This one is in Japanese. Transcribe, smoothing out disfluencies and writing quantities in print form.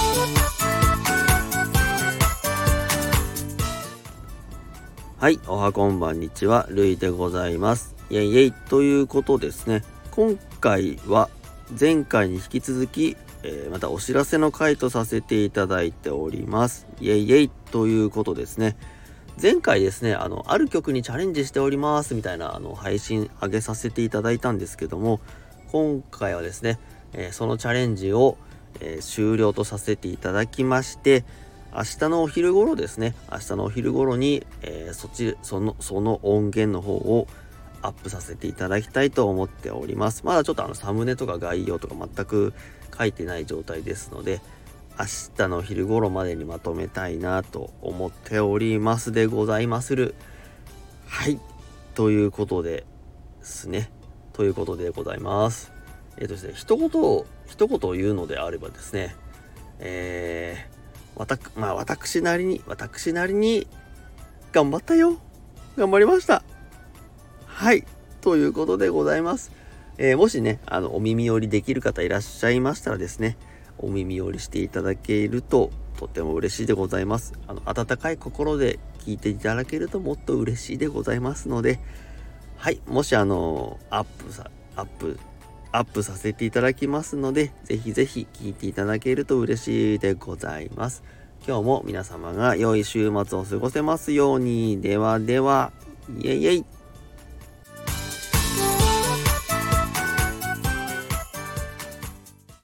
はい、おはこんばんにちは、るいでございます。イエイイエイということですね。今回は前回に引き続き、またお知らせの回とさせていただいております。イエイイエイということですね。前回ですね、ある曲にチャレンジしておりますみたいな配信上げさせていただいたんですけども、今回はですね、そのチャレンジを、終了とさせていただきまして、明日のお昼頃ですね、明日のお昼頃に、その音源の方をアップさせていただきたいと思っております。まだちょっとサムネとか概要とか全く書いてない状態ですので、明日の昼頃までにまとめたいなと思っておりますでございまする。はい。ということでですね。ということでございます。ですね、一言言うのであればですね、私なりに頑張ったよ。頑張りました。はい。ということでございます。もしね、お耳寄りできる方いらっしゃいましたらですね、お耳寄りしていただけるととても嬉しいでございます。温かい心で聞いていただけるともっと嬉しいでございますので、はい。もしアップさせていただきますので、ぜひぜひ聞いていただけると嬉しいでございます。今日も皆様が良い週末を過ごせますように。ではでは、イエイイエイ。